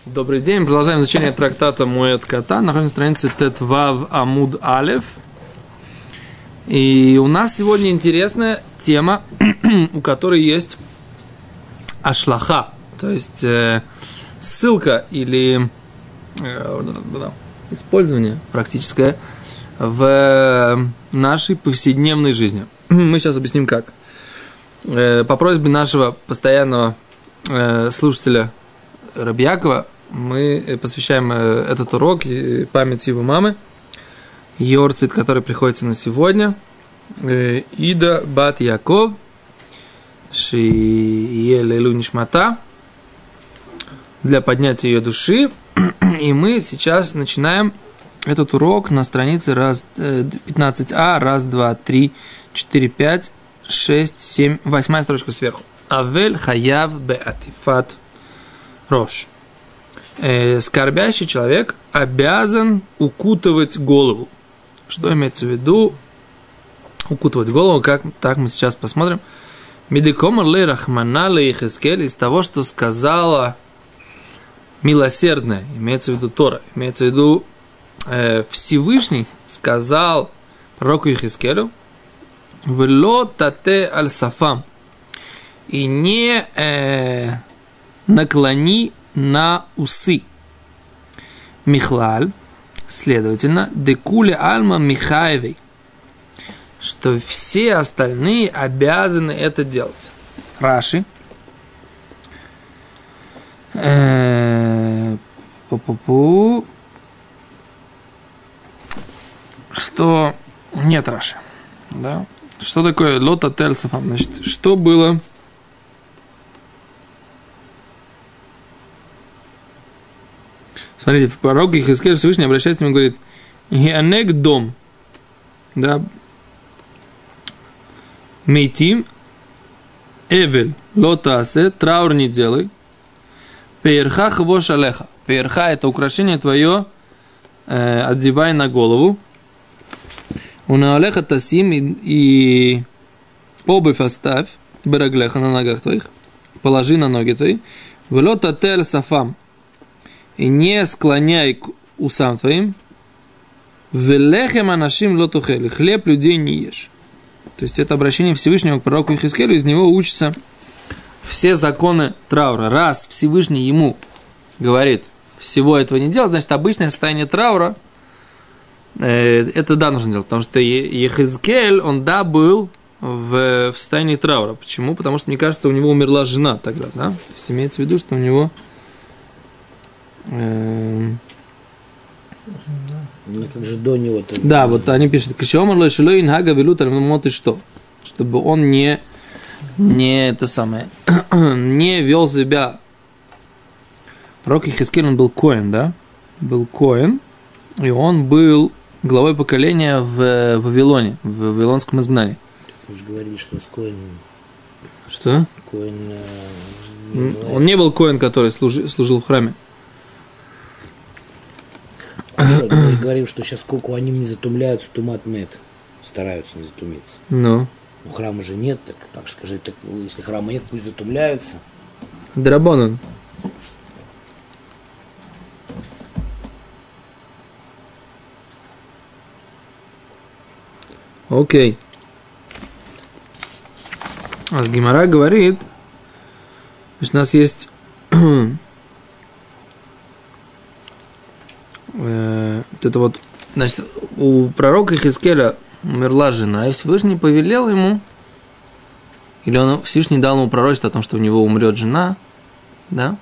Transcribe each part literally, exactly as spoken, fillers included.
Добрый день. Продолжаем изучение трактата Моэд Катан. Находимся на странице Тет-Вав Амуд Алеф. И у нас сегодня интересная тема, у которой есть ашлаха, то есть э, ссылка или э, использование практическое в нашей повседневной жизни. Мы сейчас объясним как. Э, по просьбе нашего постоянного э, слушателя Раби Якова мы посвящаем этот урок памяти его мамы, Йорцит, который приходится на сегодня, Ида Бат Яков, Шиелелу Нишмата, для поднятия ее души. И мы сейчас начинаем этот урок на странице раз, пятнадцать а, раз, два, три, четыре, пять, шесть, семь, восьмая строчка сверху. Авель хаяв беатифат рош. Скорбящий человек обязан укутывать голову. Что имеется в виду укутывать голову? Как, так мы сейчас посмотрим. Медикомар лей рахмана лей Хескель, из того, что сказала милосердная, имеется в виду Тора, имеется в виду э, Всевышний сказал пророку Хескелю: «Вело тате аль сафам», и не э, наклони на усы. Михлаль, следовательно, декуле альма Михаевой, что все остальные обязаны это делать. Раши. Пу-пу-пу. Что нет Раши. Да? Что такое лота тельсафам? Значит, что было? Смотрите, в пророке Хескель Всевышний обращается к нему и говорит: «Геанек дом», да, «Мейтим, эвель, лотаасе, траур не делай, пеерха хвош алеха». Пеерха – это украшение твое, э, одевай на голову. Унаалеха тасим, и, и обувь оставь, бераглеха, на ногах твоих, положи на ноги твои, велота тель сафам, и не склоняй к усам твоим, велехем анашим лотухели, хлеб людей не ешь. То есть это обращение Всевышнего к пророку Хескелю, из него учатся все законы траура. Раз Всевышний ему говорит всего этого не делать, значит обычное состояние траура, э, это да, нужно делать, потому что Хескель, он да был в, в состоянии траура. Почему? Потому что, мне кажется, у него умерла жена тогда, да? То есть имеется в виду, что у него Ну, как же до него. Да, вот они пишут, чтобы он не, не это самое, не вел себя. Пророк Хескель, он был коэн, да? Был коэн, и он был главой поколения в Вавилоне, в Вавилонском изгнании. Вы же говорили, что с коэн. Что? Коэн. Он не был коэн, который служил, служил в храме. Хорошо, мы же говорим, что сейчас сколько они не затумляются, тумат мед, стараются не затумиться. Ну. Но храма же нет, так, так скажи, так, если храма нет, пусть затумляются. Драбонан. Окей. А с Гемара говорит, что у нас есть вот это вот, значит, у пророка Хескеля умерла жена, и Всевышний повелел ему, или он Всевышний дал ему пророчество о том, что у него умрет жена, да,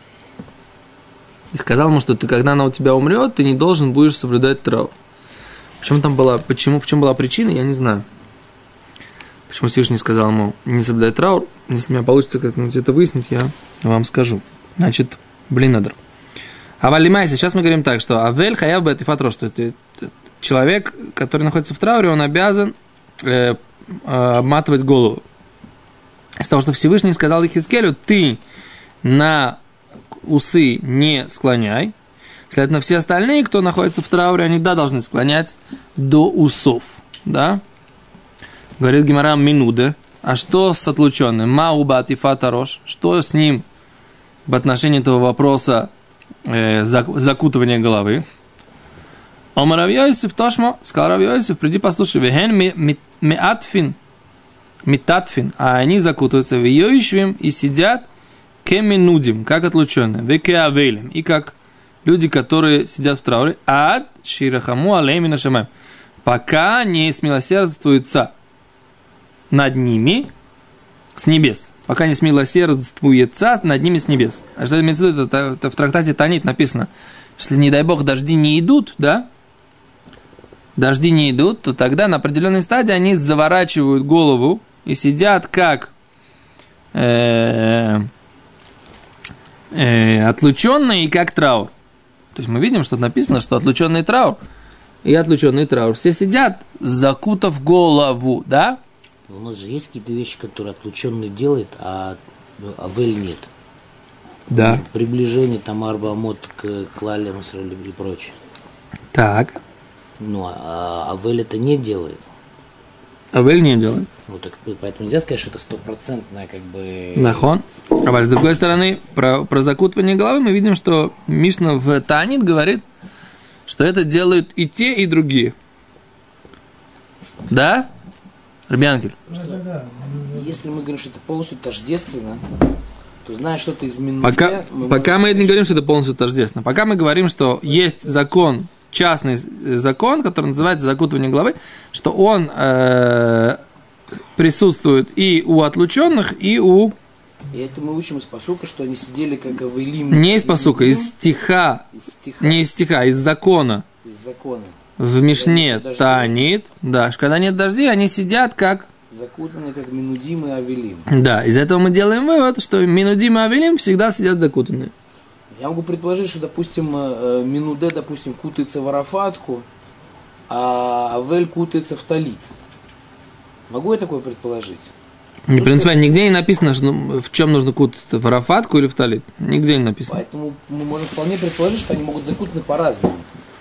и сказал ему, что ты, когда она у тебя умрет, ты не должен будешь соблюдать траур. Почему там была, почему, в чем была причина, я не знаю. Почему Всевышний сказал ему не соблюдать траур. Если у меня получится как-нибудь это выяснить, я вам скажу. Значит, блинадр. А валимай, сейчас мы говорим так, что авель хаяв беатифат рош, что человек, который находится в трауре, он обязан э, э, обматывать голову. Из того, что Всевышний сказал Хескелю, ты на усы не склоняй. Следовательно, все остальные, кто находится в трауре, они, да, должны склонять до усов, да? Говорит Гемара Минуде. А что с отлученным? Мауба атифата рош. Что с ним в отношении этого вопроса э, закутывание головы. Омар Рав Йосеф Тошмо, сказал Рав Йосеф, приди послушай, вехен миатфин, митатфин, а они закутываются в йоишвим и сидят кеминудим, как отлученные, векеавейлем, и как люди, которые сидят в трауре, ад ширахаму алейми нашамаем, пока не смилосердствуется над ними с небес. Пока не смилосердствуется над ними с небес. А что имеется в виду? Это, это в трактате Танит написано. Если, не дай бог, дожди не идут, да? Дожди не идут, то тогда на определенной стадии они заворачивают голову и сидят как э, э, отлученные и как траур. То есть мы видим, что написано, что отлученный траур и отлученный траур все сидят, закутав голову, да? У нас же есть какие-то вещи, которые отлученный делает, а авель нет. Да. Приближение там арбамот к клалям и прочее. Так. Ну, а авель это не делает. Авель не делает. Ну, так, поэтому нельзя сказать, что это стопроцентное как бы... Нахон. А с другой стороны, про, про закутывание головы мы видим, что Мишна в Танит говорит, что это делают и те, и другие. Да? Рабианкель? Да, да, да. Если мы говорим, что это полностью тождественно, то знаешь, что ты изменил. Пока, мы, пока мы не говорим, что это полностью тождественно. Пока мы говорим, что есть закон, частный закон, который называется закутывание головы, что он э, присутствует и у отлученных, и у... И это мы учим из пасука, что они сидели как авелим. Не из пасука, из стиха. Из стиха. Не из стиха, а из закона. Из закона. В Мишне Танит, да, когда нет дождей, они сидят как... Закутаны как минудим и авелим. Да, из этого мы делаем вывод, что минудим и авелим всегда сидят закутанные. Я могу предположить, что, допустим, минуде, допустим, кутается в арафатку, а авель кутается в талит. Могу я такое предположить? Не принципиально, нигде не написано, что, в чем нужно кутаться, в арафатку или в талит. Нигде не написано. Поэтому мы можем вполне предположить, что они могут закутаны по-разному.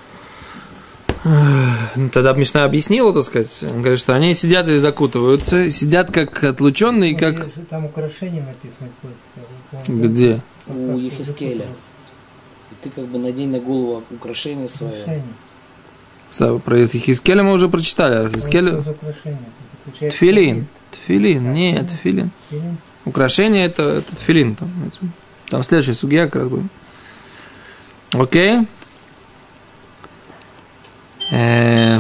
Тогда Мишна объяснила, так сказать. Он говорит, что они сидят и закутываются, сидят как отлученные, как... Там украшение написано какое-то. Где? У Ехискеля. И ты как бы надень на голову украшение свое. Украшение. Про Ехискеля мы уже прочитали. Ехискеля... Тфилин. Тфилин. Нет, тфилин. Украшение это, это тфилин. Там, там следующая сугья как раз будет. Окей. Э...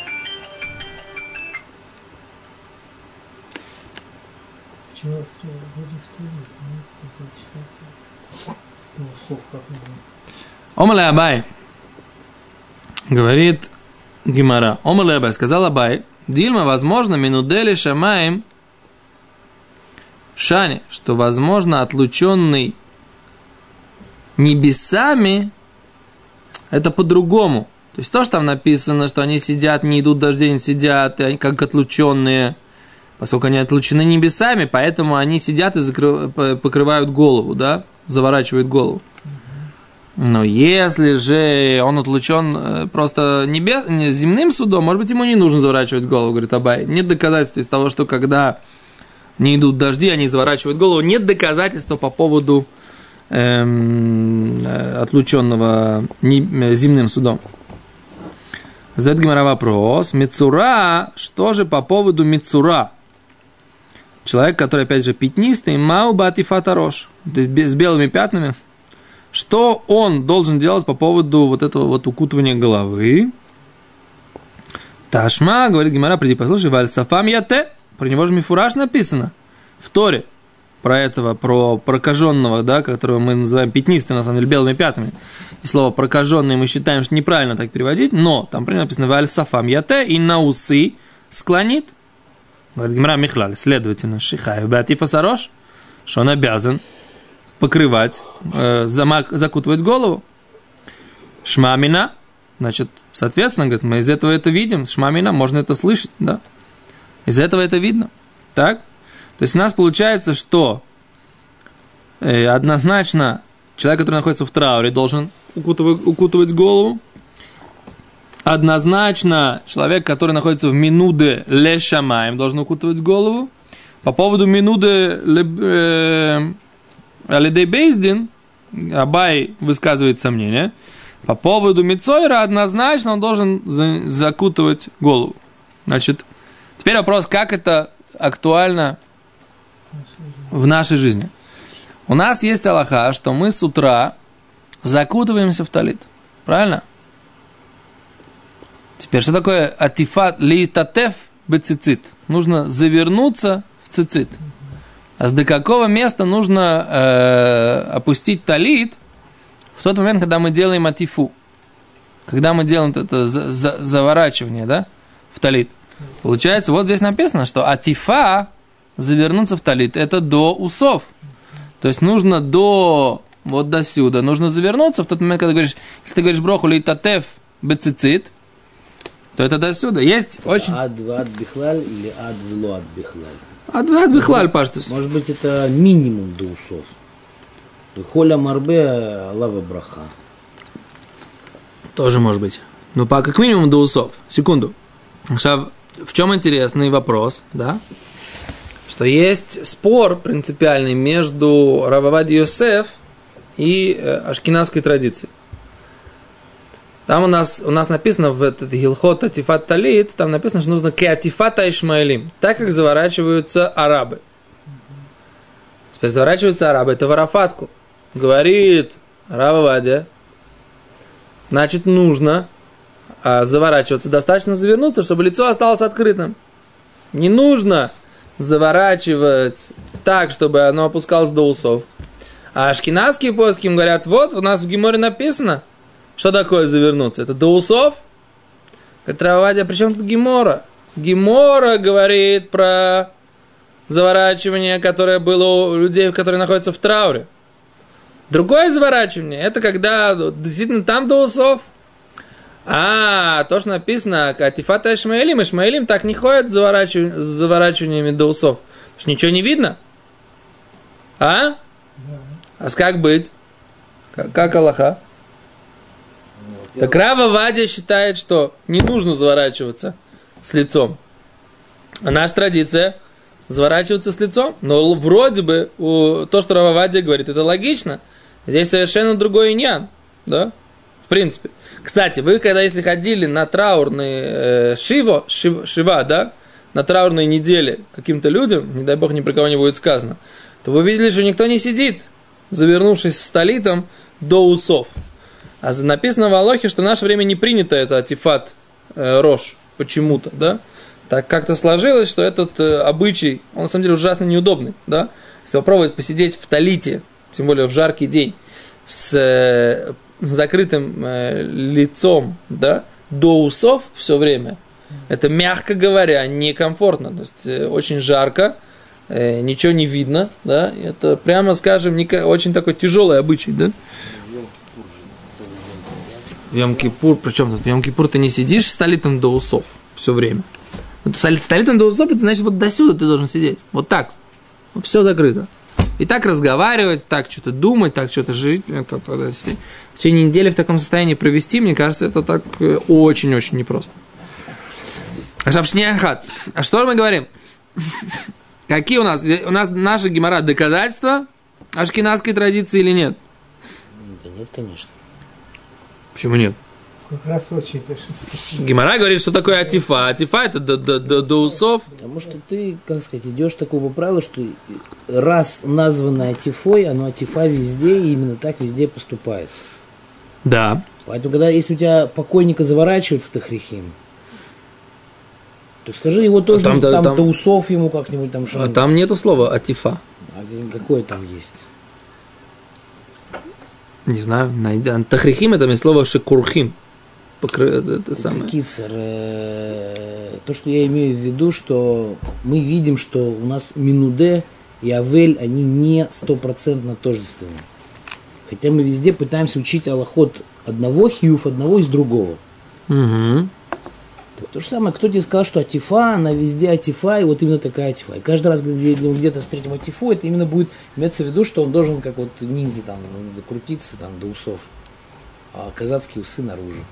Омале Абай говорит Гимара. Омале Абай сказал Абай, Дильма, возможно, минудели шамаем шани, что, возможно, отлученный небесами, это по-другому. То есть то, что там написано, что они сидят, не идут дожди, они сидят, они как отлученные, поскольку они отлучены небесами, поэтому они сидят и закры... покрывают голову, да, заворачивают голову. Но если же он отлучен просто небес... земным судом, может быть, ему не нужно заворачивать голову, говорит Абай. Нет доказательств из того, что когда не идут дожди, они заворачивают голову. Нет доказательства по поводу эм, отлученного не... земным судом. Задает Гемара вопрос. Мицура, что же по поводу Мицура? Человек, который, опять же, пятнистый, мау батифатарош, с белыми пятнами. Что он должен делать по поводу вот этого вот укутывания головы? Ташма, говорит Гемара, приди послушай, вальсафам яте, про него же мифураж написано в Торе, про этого, про прокаженного, да, которого мы называем пятнистым, на самом деле, белыми пятнами. И слово прокаженный мы считаем, что неправильно так переводить, но там примерно написано вальсафам яте и на усы склонит. Говорит Гемара Михлаль, следовательно, шихай батифасарош, что он обязан покрывать, э, замак, закутывать голову. Шмамина, значит, соответственно, говорит, мы из этого это видим. Шмамина, можно это слышать, да? Из этого это видно. Так? То есть у нас получается, что э, однозначно человек, который находится в трауре, должен укутывать, укутывать голову. Однозначно человек, который находится в минуде ле шамаем, должен укутывать голову. По поводу минуде ле... Э, Алидей Бейздин, Абай высказывает сомнение. По поводу Мицойра однозначно он должен за- закутывать голову. Значит, теперь вопрос, как это актуально в нашей жизни. У нас есть алаха, что мы с утра закутываемся в талит. Правильно? Теперь, что такое атифат литатеф бецицит? Нужно завернуться в цицит. А с до какого места нужно э, опустить талит в тот момент, когда мы делаем атифу? Когда мы делаем это за, за, заворачивание, да, в талит. Получается, вот здесь написано, что атифа, завернуться в талит, это до усов. То есть нужно до, вот до сюда, нужно завернуться в тот момент, когда говоришь, если ты говоришь броху литатеф бецицит, то это до сюда. Есть очень... Ад ад бихлаль или ад вло ад бихлаль? Ад ад бихлаль, паштус. Может быть, это минимум до усов. Холя марбе алава браха. Тоже может быть. Ну, по как минимум до усов. Секунду. Сейчас, в чем интересный вопрос, да? Что есть спор принципиальный между Рав Овадия Йосеф и э, ашкеназской традицией. Там у нас, у нас написано в этот Гилхот Атифат Талит, там написано, что нужно Кеатифата Ишмаэлим, так как заворачиваются арабы. Теперь заворачиваются арабы, это в арафатку. Говорит Рав Овадия, значит, нужно а, заворачиваться, достаточно завернуться, чтобы лицо осталось открытым. Не нужно заворачивать так, чтобы оно опускалось до усов. А ашкеназские поски им говорят, вот, у нас в Геморе написано, что такое завернуться? Это до усов? Говорит Рав Овадия, при чем тут Гемора? Гемора говорит про заворачивание, которое было у людей, которые находятся в трауре. Другое заворачивание, это когда действительно там до усов. А, то, что написано, Атифата Ишмаэлим, Ишмаэлим так не ходят с заворачиваниями, с заворачиваниями до усов. Потому что ничего не видно. А? Да. А как быть? Как, как алаха? Ну, так Рав Овадия считает, что не нужно заворачиваться с лицом. А наша традиция заворачиваться с лицом. Но вроде бы у, то, что Рав Овадия говорит, это логично. Здесь совершенно другой иньян. Да? В принципе. Кстати, вы когда если ходили на траурные э, шиво, шив, шива, да, на траурные недели каким-то людям, не дай бог ни про кого не будет сказано, то вы видели, что никто не сидит, завернувшись с талитом до усов. А написано в Алохе, что в наше время не принято это атифат э, рош почему-то, да. Так как-то сложилось, что этот э, обычай, он на самом деле ужасно неудобный, да. Если попробовать посидеть в талите, тем более в жаркий день, с э, с закрытым э, лицом, да, до усов все время, это, мягко говоря, некомфортно. То есть э, очень жарко, э, ничего не видно, да, это, прямо скажем, не, очень такой тяжелый обычай, да. В Йом-Кипур, причем тут в Йом-Кипур ты не сидишь с талитом до усов все время. Вот с талитом до усов, это значит, вот до сюда ты должен сидеть, вот так, вот все закрыто. И так разговаривать, так что-то думать, так что-то жить. Это, это, это, все, в течение недели в таком состоянии провести, мне кажется, это так очень-очень непросто. А что мы говорим? Какие у нас? У нас наша гемара доказательства ашкеназской традиции или нет? Да нет, конечно. Почему нет? Как раз очень даже. Гемара говорит, что такое атифа. Атифа это до, до, до, до усов. Потому что ты, как сказать, идешь такого правила, что раз названное атифой, оно атифа везде, и именно так везде поступается. Да. Поэтому, когда если у тебя покойника заворачивают в тахрихим, то скажи его тоже, а там, что там, там до усов ему как-нибудь там что-нибудь. А там нету слова атифа. А какое там есть? Не знаю. Тахрихим это слово шекурхим. Это самое. Кицер, э, то, что я имею в виду, что мы видим, что у нас Минуде и Авель, они не стопроцентно тождественны. Хотя мы везде пытаемся учить алахот одного хиюф, одного из другого. Угу. То же самое, кто тебе сказал, что атифа, она везде атифа, и вот именно такая атифа. И каждый раз, где мы где-то встретим атифу, это именно будет иметься в виду, что он должен, как вот ниндзя, там, закрутиться там, до усов, а казацкие усы наружу.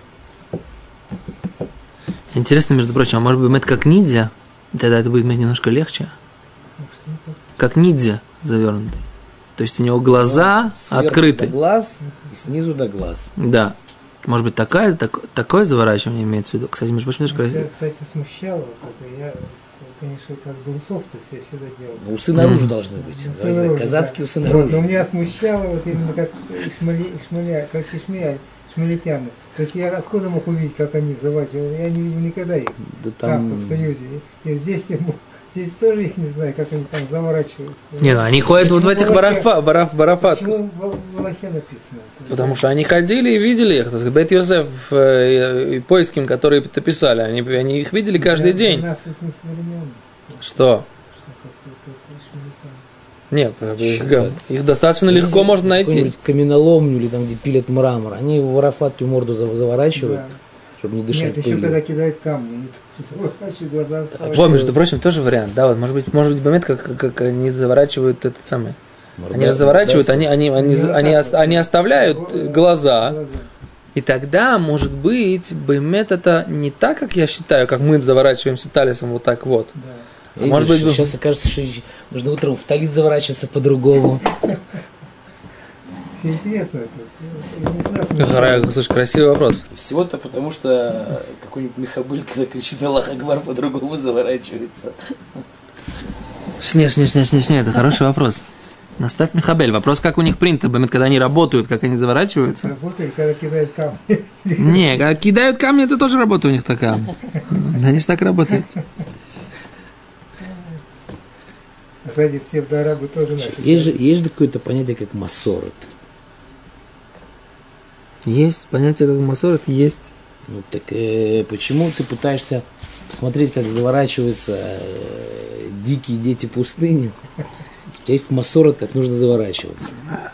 Интересно, между прочим, а может быть, это как ниндзя? Тогда это будет немножко легче. Как ниндзя завернутый. То есть у него глаза Сверху открыты. до глаз и снизу до глаз. Да. Может быть, такая, так, такое заворачивание имеется в виду. Кстати, между прочим, тоже Меня, красиво. кстати, смущало вот это. Я, конечно, как бы усов-то все всегда делал. Но усы наружу должны быть. Усы Давайте так, наружу, казацкие да. усы Вот, наружу. но меня смущало вот именно как шмали, шмаля, как ишмея, шмалитяне. То есть я откуда мог увидеть, как они заворачивали? Я не видел никогда их Да там, там... в Союзе. И здесь, я мог- здесь тоже их не знаю, как они там заворачиваются. Не, ну они ходят вот в этих Почему барафа, барафатках. Почему в в Аллахе написано? это? Потому что они ходили и видели их. Так сказать, Бет Йосеф э, и поиским, которые это писали, они, они их видели каждый Для- день. Для нас это не современно. Что? Что как, как, шмалитяне. Нет, их, Что? их достаточно легко можно найти. Какую-нибудь каменоломню или там, где пилят мрамор. Они в арафатке морду за- заворачивают, Да. чтобы не дышать Нет, еще пылью. когда кидают камни, они тоже заворачивают, глаза оставляют. Вот, между прочим, тоже вариант. Да, вот, может быть, может быть, момент, как, как они заворачивают этот самый. Морда- Они же заворачивают, морда- они, они, они, Ну, они, так ос- вот. они оставляют глаза. Глаза. И тогда, может быть, бэмет это не так, как я считаю, как мы заворачиваемся талисом вот так вот. Да. А может быть, сейчас окажется, что нужно утром в талит заворачиваться по-другому. Все интересно это. Я не знаю, смысла. Хара- Слушай, красивый вопрос. Всего-то потому, что какой-нибудь Михабыль, когда кричит Аллах Акбар, по-другому заворачивается. Не, не, не, не, не, это хороший вопрос. Наставь Михабель. Вопрос, как у них принято, бэмет, когда они работают, как они заворачиваются. Работает, когда кидают камни. Не, когда кидают камни, это тоже работа у них такая. Они же так работают. А кстати, все арабы тоже начали. Есть же, есть же какое-то понятие, как масорот. Есть понятие, как масорет, есть. Ну так э, почему ты пытаешься посмотреть, как заворачиваются э, дикие дети пустыни? У тебя есть масорот, как нужно заворачиваться.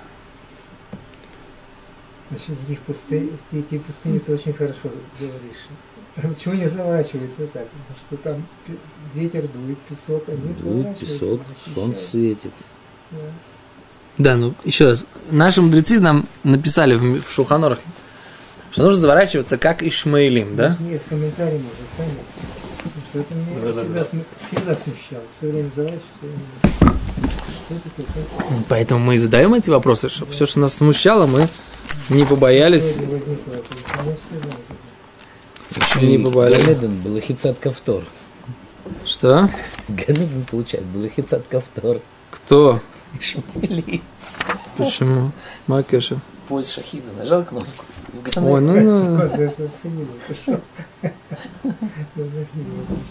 Насчет диких пустынь, дети пустыни ты очень хорошо говоришь. А почему не заворачивается так? Потому что там пи- ветер дует, песок, они Дует заворачиваются, песок, защищают. солнце светит. Да. Да, ну еще раз. Наши мудрецы нам написали в, в Шулхан-Арухе, что нужно заворачиваться как Ишмаилим, да? Нет, комментарий может, конечно. Потому что это меня всегда, см- всегда смущало. Все время заворачиваться, все время. Что такое? Как- Поэтому мы и задаем эти вопросы, чтобы все, что нас смущало, мы не побоялись. Сегодня возникло это. Ну, все знают. Не побоялись. Ганеден был хицат кавтор. Что? Ганеден получает, был хицат кавтор. Кто? Шмели. Почему? Макеша. Поезд шахида нажал кнопку. В Ой, Ганеден. ну, ну. Что, я что, сидел, ты что? Даже не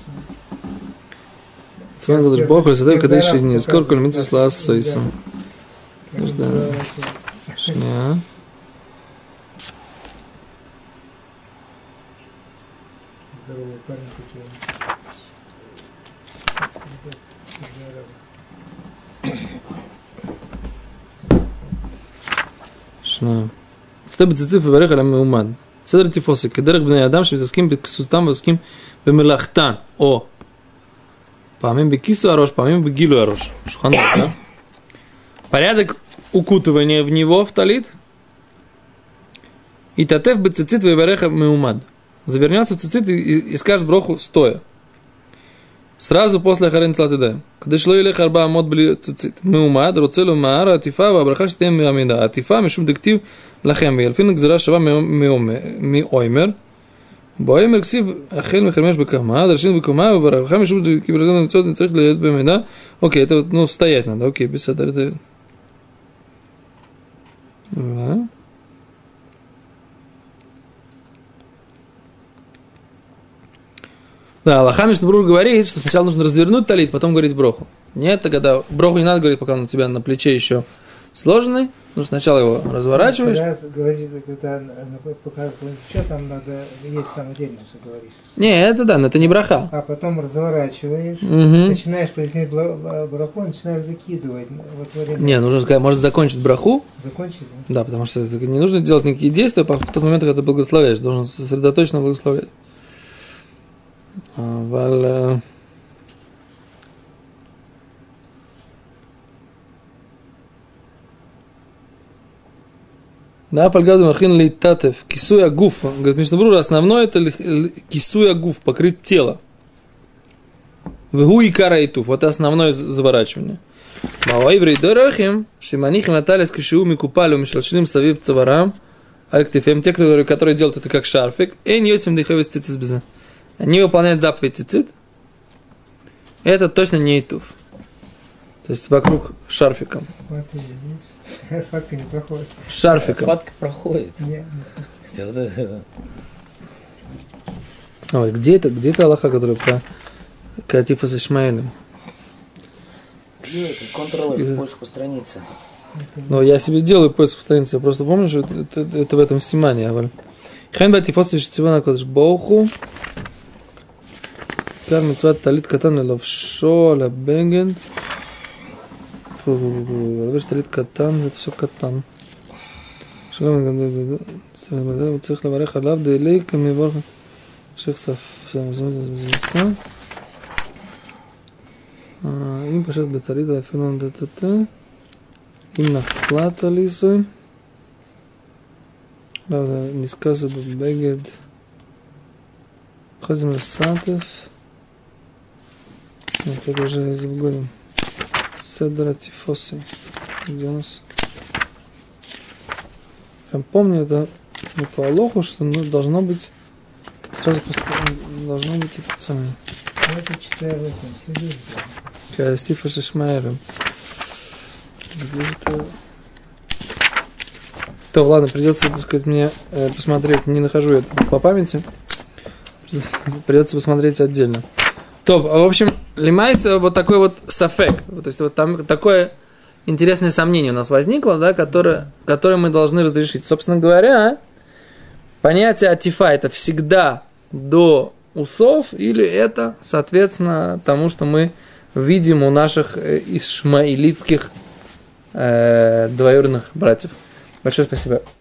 Цван Гадош Бог, Ресадэв, Кадеш, не сколько лимит числа с Сойсом. знаю. Да. Шня. Здоровые парни такие. Шня. סתם בציציף וברך על המאומד. סדר תפוסק, כדרך בני אדם שמתעסקים בכסותם ועוסקים במלאכתן, או פעמים בכיסו הראש, פעמים בגילו הראש. שולחן ערוך, да? Порядок укутывания в него, в талит. И татев бецицит вейвареха меумад. Завернется в цицит и, и, и скажет броху стоя. Сразу после ахарин тлатидаем. Когда шло илех арба амот бли цицит. Меумад, роцелу маара, атифа, вабраха штем меамида. Атифа, мишум дектив лахем. Вялфин гзира шава меоймер. באוימר כסיב החל מחמש בקמה, דרשין בקומה, וברכה משום כברזון למצוא, צריך להיות במידע. אוקיי, это, ну, стоять надо, окей, בסדר, это... Да, Аллаха Мишнабрур говорит, что сначала нужно развернуть талит, потом говорить броху. Нет, это когда броху не надо говорить, пока он у тебя на плече еще сложный. Ну, сначала его разворачиваешь. Когда говорит, когда она показывает, что там надо, есть там отдельно, что говоришь. Не, это да, но это не браха. А потом разворачиваешь, Угу. начинаешь произносить бра- браху, начинаешь закидывать. Вот во время. Не, нужно сказать, может закончить браху. Закончили? Да, потому что это не нужно делать никакие действия в тот момент, когда ты благословляешь. Должен сосредоточенно благословлять. Валь... Да, пальгазу махин лейтатев, кисуя гуф. Говорит, Мишнабрур, основное это кисуя гуф, покрыть тело. Вгу и караитуф, вот основное заворачивание. Маоиврей дорохим, шиманихим аталис кишиу микупалю мишлашним савив цаварам, альктифем, те, которые, которые делают это как шарфик, и ньютим дыхавис цицит безе. Они выполняют заповедь цицит. Это точно не итуф. То есть вокруг шарфиком. Фатка не проходит. Шарфиком. Фатка проходит. Нет. Ой, где это, где это Аллаха, которая про Катифа с Ишмаэлем? Контроль, поиск по странице. Ну, я себе делаю поиск по странице, я просто помню, что это, это, это в этом симане. Хайн Батифос Вишцивана Кодыш Боуху. Кар митцват талит катан левшо лабенген. Левш талит катан, это все катан. צריך לברך עליו דלי כמברך שייך סף אם פשט בטלית אפילו נדטטה אם נפלה טליסוי נזכר זה בבגד אחרי זה מסעטף נקראת уже איזה בגודים סדר הטיפוסי где у нас я помню это ну, по Алоху, что ну, должно быть сразу просто должно быть это самое. Я это читаю в этом сидишь. Кастифа Шишмаэром. Где это? То, ладно, придется, так сказать, мне э, посмотреть. Не нахожу это по памяти. Придется посмотреть отдельно. То, в общем, лимается вот такой вот сафек. То есть вот там такое интересное сомнение у нас возникло, да, которое, которое мы должны разрешить. Собственно говоря, понятие атифа это всегда до усов, или это, соответственно, тому, что мы видим у наших ишмаилитских э, двоюродных братьев. Большое спасибо.